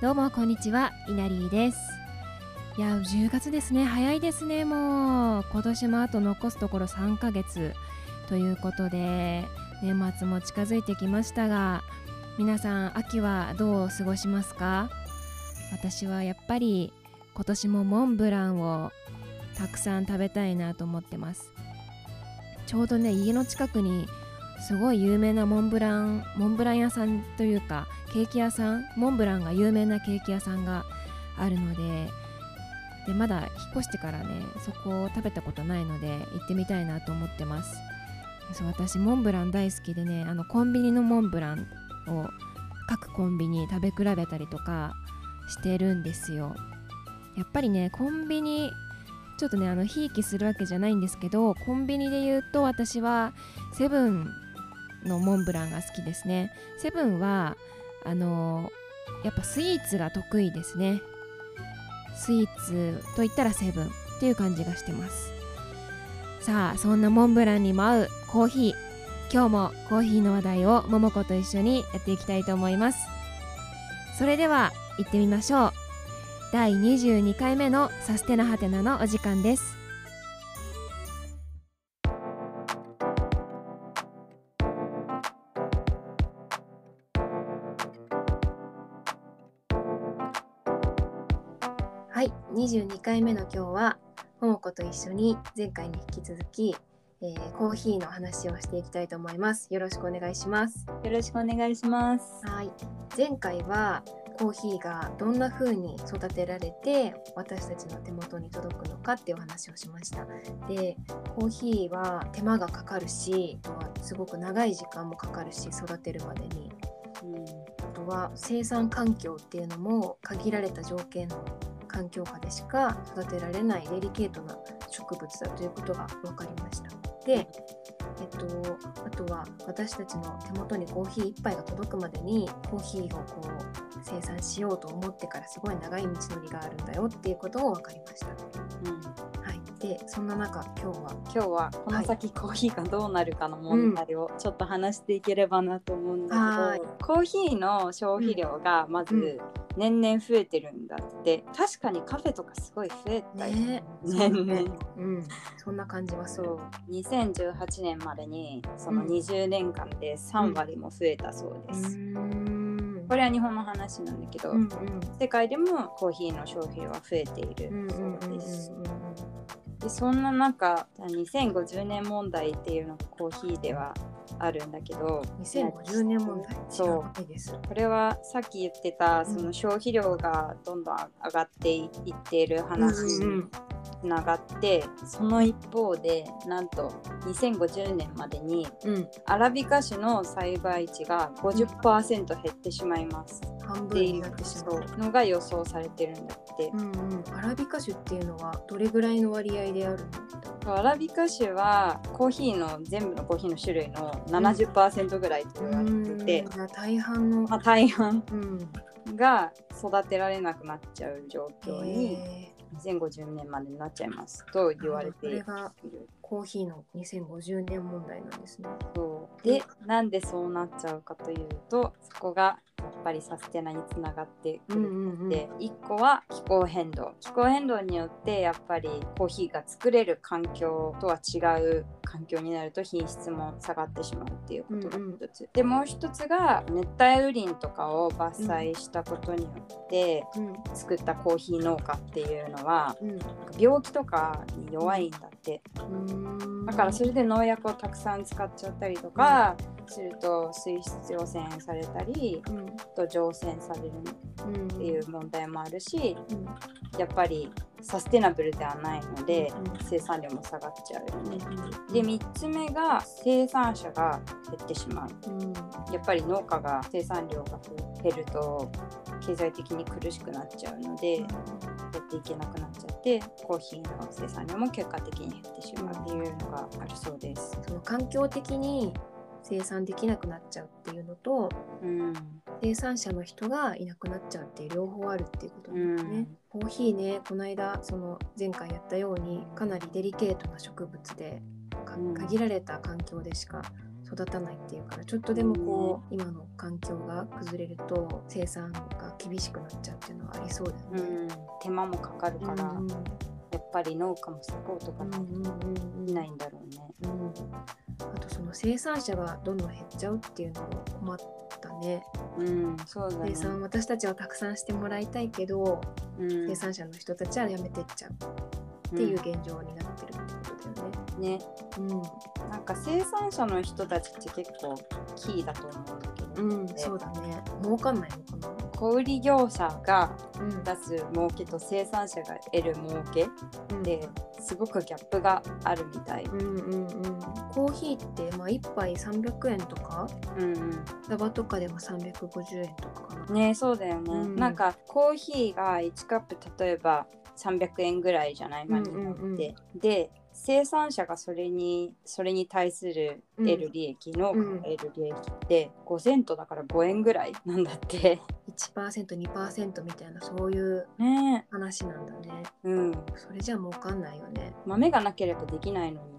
どうもこんにちは、いなりです。いや10月ですね。早いですね。もう今年もあと残すところ3ヶ月ということで、年末も近づいてきましたが、皆さん秋はどう過ごしますか？私はやっぱり今年もモンブランをたくさん食べたいなと思ってます。ちょうどね、家の近くにすごい有名なモンブラン屋さんというかケーキ屋さん、モンブランが有名なケーキ屋さんがあるので、まだ引っ越してからね、そこを食べたことないので行ってみたいなと思ってます。そう、私モンブラン大好きでね、コンビニのモンブランを各コンビニ食べ比べたりとかしてるんですよ。やっぱりね、コンビニちょっとね、ひいきするわけじゃないんですけど、コンビニで言うと私はセブンのモンブランが好きですね。セブンはやっぱスイーツが得意ですね。スイーツといったらセブンっていう感じがしてます。さあ、そんなモンブランにも合うコーヒー、今日もコーヒーの話題を桃子と一緒にやっていきたいと思います。それでは行ってみましょう。第22回目のサステナハテナのお時間です。はい、22回目の今日は桃子と一緒に前回に引き続き、コーヒーの話をしていきたいと思います。よろしくお願いします。 よろしくお願いします。 はい、前回はコーヒーがどんな風に育てられて私たちの手元に届くのかっていう話をしました。で、コーヒーは手間がかかるし、あとはすごく長い時間もかかるし、育てるまでに、あとは生産環境っていうのも限られた条件の環境下でしか育てられないデリケートな植物だということが分かりました。で、あとは私たちの手元にコーヒー1杯が届くまでにコーヒーをこう生産しようと思ってからすごい長い道のりがあるんだよっていうことを分かりました。はい、でそんな中今日はこの先、コーヒーがどうなるかの問題をちょっと話していければなと思うんだけど、コーヒーの消費量がまず年々増えてるんだって。確かにカフェとかすごい増えたよね。年々、 そんな感じはする。 そう、2018年までにその20年間で3割も増えたそうです。これは日本の話なんだけど、世界でもコーヒーの消費量は増えているそうです。で、そんな中、2050年問題っていうのがコーヒーではあるんだけど、 2050年問題、知らないです。 これはさっき言ってたその消費量がどんどん上がっていっている話につながって、その一方でなんと2050年までにアラビカ種の栽培地が 50% 減ってしまいます。 半分になってしまうのが予想されてるんだって。 アラビカ種っていうのはどれぐらいの割合であるの？アラビカ種はコーヒーの全部のコーヒーの種類の 70% ぐらいと言われてて、 大半の、 大半が育てられなくなっちゃう状況に2050年までになっちゃいますと言われている。 これがコーヒーの2050年問題なんですね。 そうで、なんでそうなっちゃうかというと、そこがやっぱりサステナにつながってくるので、1個は気候変動によってやっぱりコーヒーが作れる環境とは違う環境になると品質も下がってしまうっていうことが一つ、でもう一つが熱帯雨林とかを伐採したことによって作ったコーヒー農家っていうのは、病気とかに弱いんだって。だからそれで農薬をたくさん使っちゃったりとかすると水質汚染されたり、と浄染されるっていう問題もあるし、やっぱりサステナブルではないので、生産量も下がっちゃうよね。で、3つ目が生産者が減ってしまう。やっぱり農家が生産量が減ると経済的に苦しくなっちゃうので、やっていけなくなっちゃって、コーヒーの生産量も結果的に減ってしまうっていうのがあるそうです。 その環境的に生産できなくなっちゃうっていうのと、生産者の人がいなくなっちゃうっていう両方あるっていうことなんですね。コーヒーね、この間その前回やったようにかなりデリケートな植物で、限られた環境でしか育たないっていうから、ちょっとでもこう、今の環境が崩れると生産が厳しくなっちゃうっていうのはありそうだよね。 手間もかかるから、やっぱり農家もサポートがないといないんだろうね。 あとその生産者がどんどん減っちゃうっていうのも困ったね。 そうだね。 生産私たちはたくさんしてもらいたいけど、生産者の人たちはやめてっちゃうっていう現状になってるってことだよね。 なんか生産者の人たちって結構キーだと思うんだけど、 そうだね。儲かんないのかな。 小売業者が出す儲けと生産者が得る儲けですごくギャップがあるみたい。 コーヒーって、1杯300円とか、スタバとかでも350円とかかな。 ね、そうだよね。なんかコーヒーが1カップ例えば300円ぐらいじゃない、日本って。で生産者がそれに対する得る利益、農家が得る利益って5セントだから5円ぐらいなんだって。 1%、2% みたいなそういう話なんだね。それじゃ儲かんないよね。 豆がなければできないのに。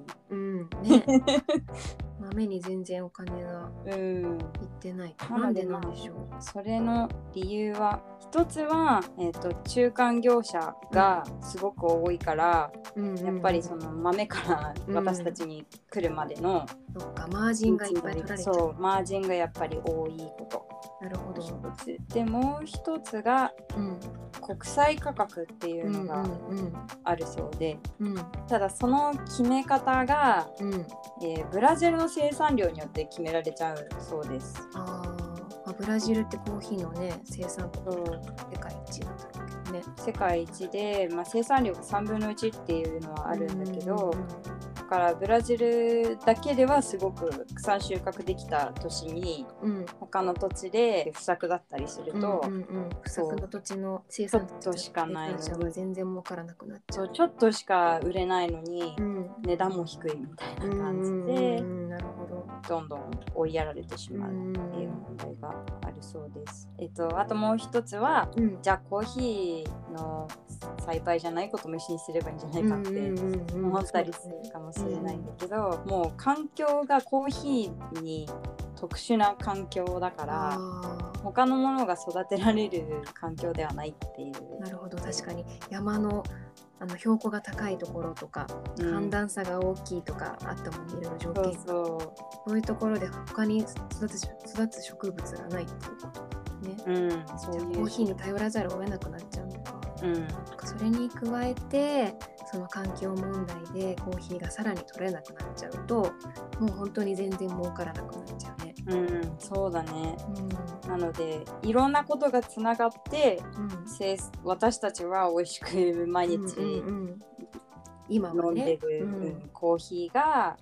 豆に全然お金がいってない。なんでなんでしょう。 それの理由は一つは、中間業者がすごく多いから、やっぱりその豆から私たちに来るまでの、 マージンがいっぱい取られちゃう。 そうマージンがやっぱり多いこと。 なるほど。 でもう一つが、国際価格っていうのがあるそうで、ただその決め方が、ブラジルの生産量によって決められちゃうそうです。 ブラジルってコーヒーのね生産国世界一なんだろうけどね。 世界一で、生産量が3分の1っていうのはあるんだけど、だからブラジルだけではすごくたくさん収穫できた年に、他の土地で不作だったりすると、 不作の土地の生産者しかないのに全然儲からなくなっちゃう。 ちょっとしか売れないのに、値段も低いみたいな感じで、 なるほど。 どんどん追いやられてしまうっていう問題があるそうです。あともう一つは、じゃあコーヒーの栽培じゃないことも一緒にすればいいんじゃないかって思ったりするかもしれないんだけど、もう環境がコーヒーに特殊な環境だから他のものが育てられる環境ではないっていう。 なるほど。確かに山の標高が高いところとか、寒暖差が大きいとかあったもんね、いろいろ条件が。そういうところで他に育つ植物がないっていうことね。そういうコーヒーに頼らざるを得なくなっちゃうのか。それに加えてその環境問題でコーヒーがさらに取れなくなっちゃうと、もう本当に全然儲からなくなっちゃうね。 そうだね。なのでいろんなことがつながって、私たちは美味しく毎日今飲んでる、コーヒーが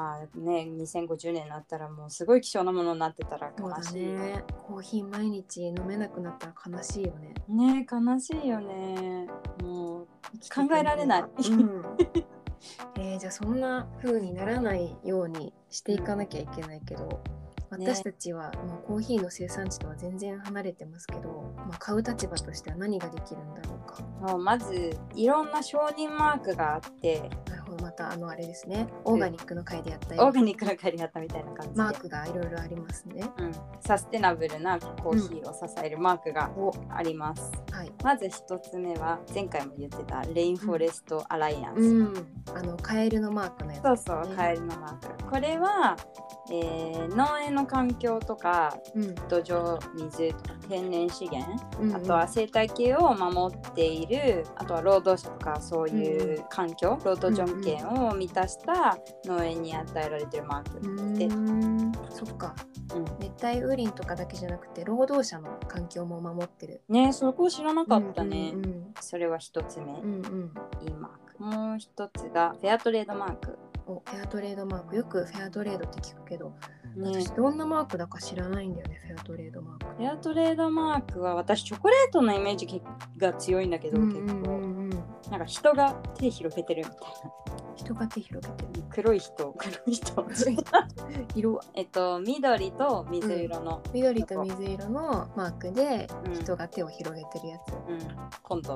2050年になったらもうすごい希少なものになってたら悲しい。 ね、コーヒー毎日飲めなくなったら悲しいよね。 悲しいよね。もう考えられない。 じゃあそんな風にならないようにしていかなきゃいけないけど、私たちはもうコーヒーの生産地とは全然離れてますけど、買う立場としては何ができるんだろうか。 まずいろんな承認マークがあって、 なるほど。またあれですね、オーガニックの会でやったよ、 オーガニックの会でやったみたいな感じでマークがいろいろありますね。 サステナブルなコーヒーを支えるマークがあります。まず一つ目は前回も言ってたレインフォレストアライアンス、 カエルのマークのやつですね。 そうカエルのマーク。これは、農園の環境とか、土壌、水とか天然資源、あとは生態系を守っている、あとは労働者とかそういう環境、労働条件を満たした農園に与えられているマークで、 そっか、熱帯雨林とかだけじゃなくて労働者の環境も守ってるね。そこ知らなかったね。それは一つ目、いいマーク。もう一つがフェアトレードマーク。 フェアトレードマーク。よくフェアトレードって聞くけど、私どんなマークだか知らないんだよね。フェアトレードマーク。 フェアトレードマークは私チョコレートのイメージが強いんだけど、結構なんか人が手広げてるみたいな。 人が手広げてる。 黒い人色は緑と水色の、 緑と水色のマークで人が手を広げてるやつ。 今度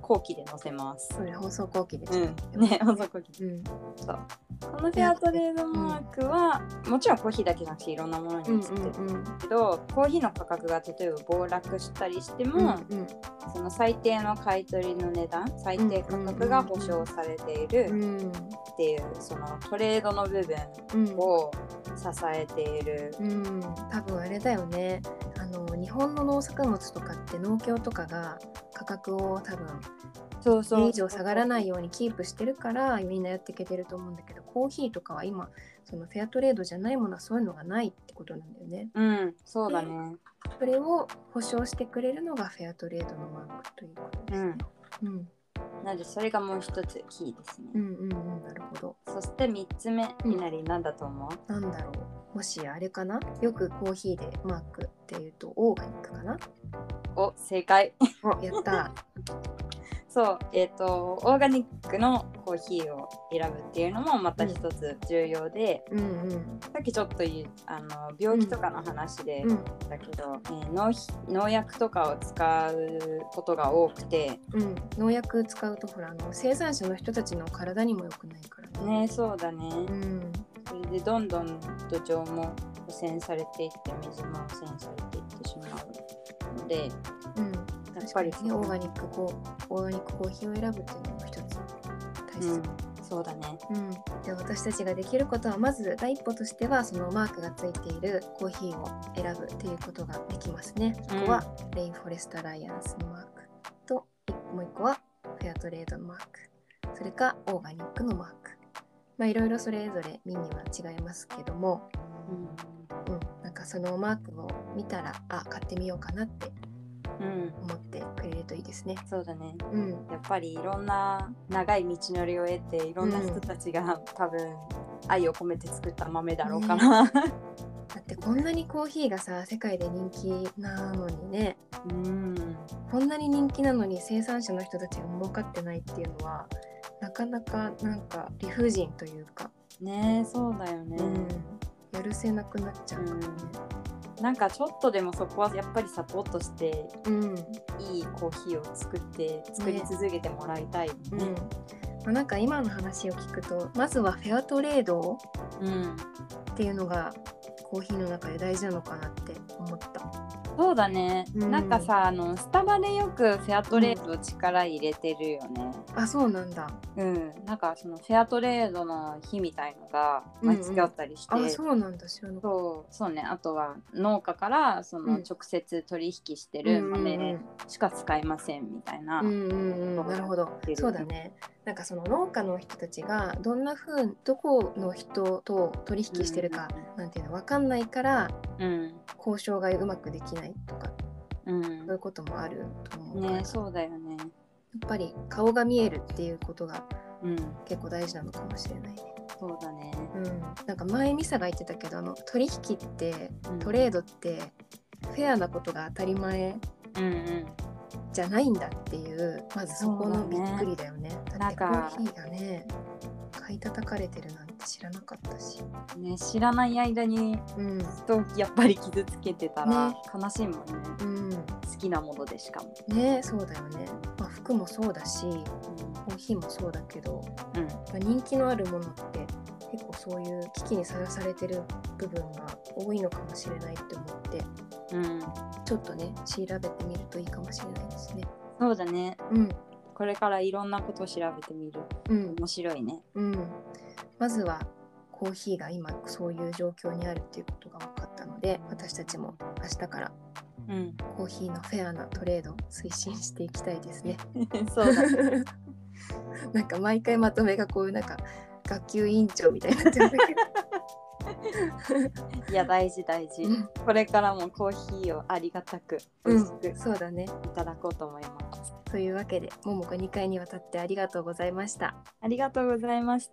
後期で載せます。 それ放送後期で放送後期、そうこのフェアトレードマークは、もちろんコーヒーだけじゃなくていろんなものについてるけど、コーヒーの価格が例えば暴落したりしても、その最低の買い取りの値段、最低価格が保証されているっていう、そのトレードの部分を支えている、 多分あれだよね、日本の農作物とかって農協とかが価格を多分それ以上下がらないようにキープしてるからみんなやっていけてると思うんだけど、コーヒーとかは今そのフェアトレードじゃないものはそういうのがないってことなんだよね。 そうだね。 それを保証してくれるのがフェアトレードのマークということですね。 なのでそれがもう一つキーですね。 なるほど。 そして3つ目、いなりなんだと思う？ なんだろう、もしあれかな、よくコーヒーでマークっていうとオーガニックかな。 正解。 やったそう、オーガニックのコーヒーを選ぶっていうのもまた一つ重要で、さっきちょっと病気とかの話でだけど、農薬とかを使うことが多くて、 農薬使うとほら生産者の人たちの体にも良くないからね。 そうだね。それでどんどん土壌も汚染されていって水も汚染されていってしまうので、やっぱりオーガニックコーヒーを選ぶっていうのも一つ大切。 そうだね。 で私たちができることは、まず第一歩としてはそのマークがついているコーヒーを選ぶっていうことができますね。ここはレインフォレストアライアンスのマークと、もう一個はフェアトレードのマーク、それかオーガニックのマーク。いろいろそれぞれミニは違いますけども、なんかそのマークを見たら買ってみようかなって思ってくれるといいですね。 そうだね。やっぱりいろんな長い道のりを得て、いろんな人たちが多分愛を込めて作った豆だろうかな。 だってこんなにコーヒーがさ世界で人気なのにね、こんなに人気なのに生産者の人たちが儲かってないっていうのはなかなかなんか理不尽というかね。そうだよね。 やるせなくなっちゃうからね。 なんかちょっとでもそこはやっぱりサポートして、いいコーヒーを作り続けてもらいたいね。 なんか今の話を聞くと、まずはフェアトレードっていうのがコーヒーの中で大事なのかなって思った。 そうだね。なんかさ、スタバでよくフェアトレード力入れてるよね。 そうなんだ。 なんかそのフェアトレードの日みたいのが毎月あったりして、 そうなんだ、知らなかった。 そうね。あとは農家からその直接取引してる豆しか使えませんみたいな。 なるほど。そうだね。なんかその農家の人たちがどこの人と取引してるかなんていうの分かんないから、交渉がうまくできないとか、そういうこともあると思うから、 そうだよね。 やっぱり顔が見えるっていうことが結構大事なのかもしれないね。 そうだね。 なんか前ミサが言ってたけど、取引ってトレードってフェアなことが当たり前じゃないんだっていう、まずそこのびっくりだよね。だってコーヒーがね買い叩かれてるなんて知らなかったし、 知らない間に人をやっぱり傷つけてたら悲しいもんね。好きなものでしかもそうだよね。服もそうだし、コーヒーもそうだけど、人気のあるものって結構そういう危機にさらされてる部分が多いのかもしれないって思って、ちょっとね調べてみるといいかもしれないですね。 そうだね。これからいろんなことを調べてみる。面白いね。 まずはコーヒーが今そういう状況にあるっていうことが分かったので、私たちも明日からコーヒーのフェアなトレードを推進していきたいですね。 そうだね。 なんか毎回まとめがこういうなんか学級委員長みたいになっちゃうんだけどいや大事、これからもコーヒーをありがたく美味しく、 そうだね、いただこうと思います。 というわけで、ももこ2回にわたってありがとうございました。 ありがとうございました。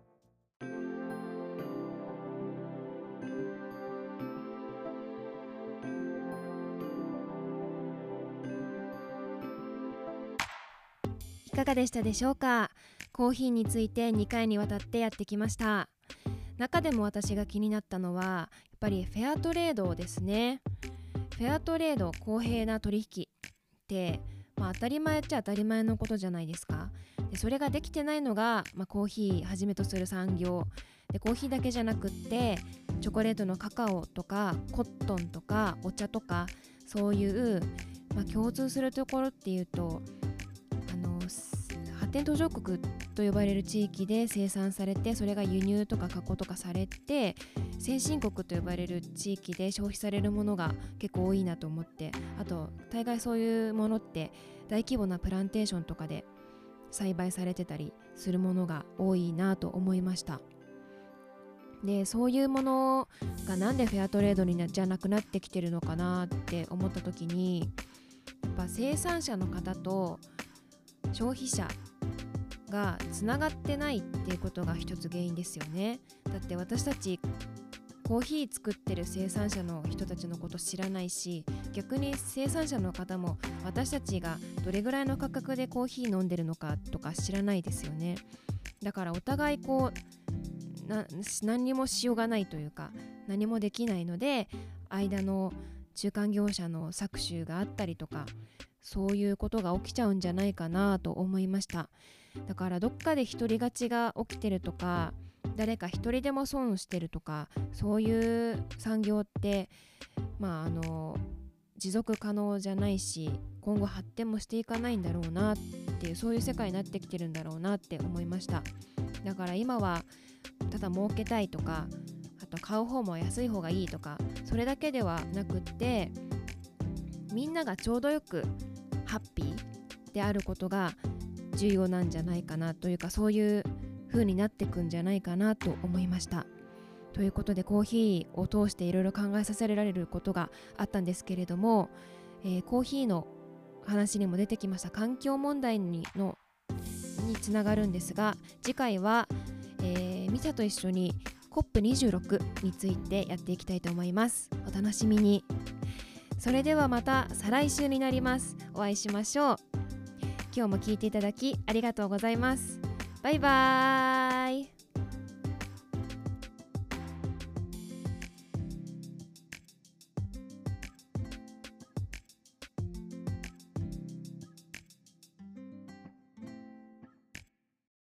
いかがでしたでしょうか。コーヒーについて2回にわたってやってきました。中でも私が気になったのはやっぱりフェアトレードですね。フェアトレード、公平な取引って当たり前っちゃ当たり前のことじゃないですか。でそれができてないのが、コーヒーはじめとする産業で、コーヒーだけじゃなくってチョコレートのカカオとかコットンとかお茶とか、そういう、共通するところっていうと、発展途上国と呼ばれる地域で生産されて、それが輸入とか加工とかされて、先進国と呼ばれる地域で消費されるものが結構多いなと思って、あと大概そういうものって大規模なプランテーションとかで栽培されてたりするものが多いなと思いました。でそういうものがなんでフェアトレードじゃなくなってきてるのかなって思った時に、やっぱ生産者の方と消費者がつながってないっていうことが一つ原因ですよね。だって私たちコーヒー作ってる生産者の人たちのこと知らないし、逆に生産者の方も私たちがどれぐらいの価格でコーヒー飲んでるのかとか知らないですよね。だからお互い何にもしようがないというか、何もできないので、間の中間業者の搾取があったりとか、そういうことが起きちゃうんじゃないかなと思いました。だからどっかで独り勝ちが起きてるとか、誰か一人でも損してるとか、そういう産業って持続可能じゃないし、今後発展もしていかないんだろうなっていう、そういう世界になってきてるんだろうなって思いました。だから今はただ儲けたいとか、あと買う方も安い方がいいとか、それだけではなくって、みんながちょうどよくハッピーであることが重要なんじゃないかなというか、そういう風になってくんじゃないかなと思いました。ということで、コーヒーを通していろいろ考えさせられることがあったんですけれども、コーヒーの話にも出てきました環境問題につながるんですが、次回は、ミサと一緒に COP26 についてやっていきたいと思います。お楽しみに。それではまた再来週になります。お会いしましょう。今日も聞いていただきありがとうございます。バイバーイ。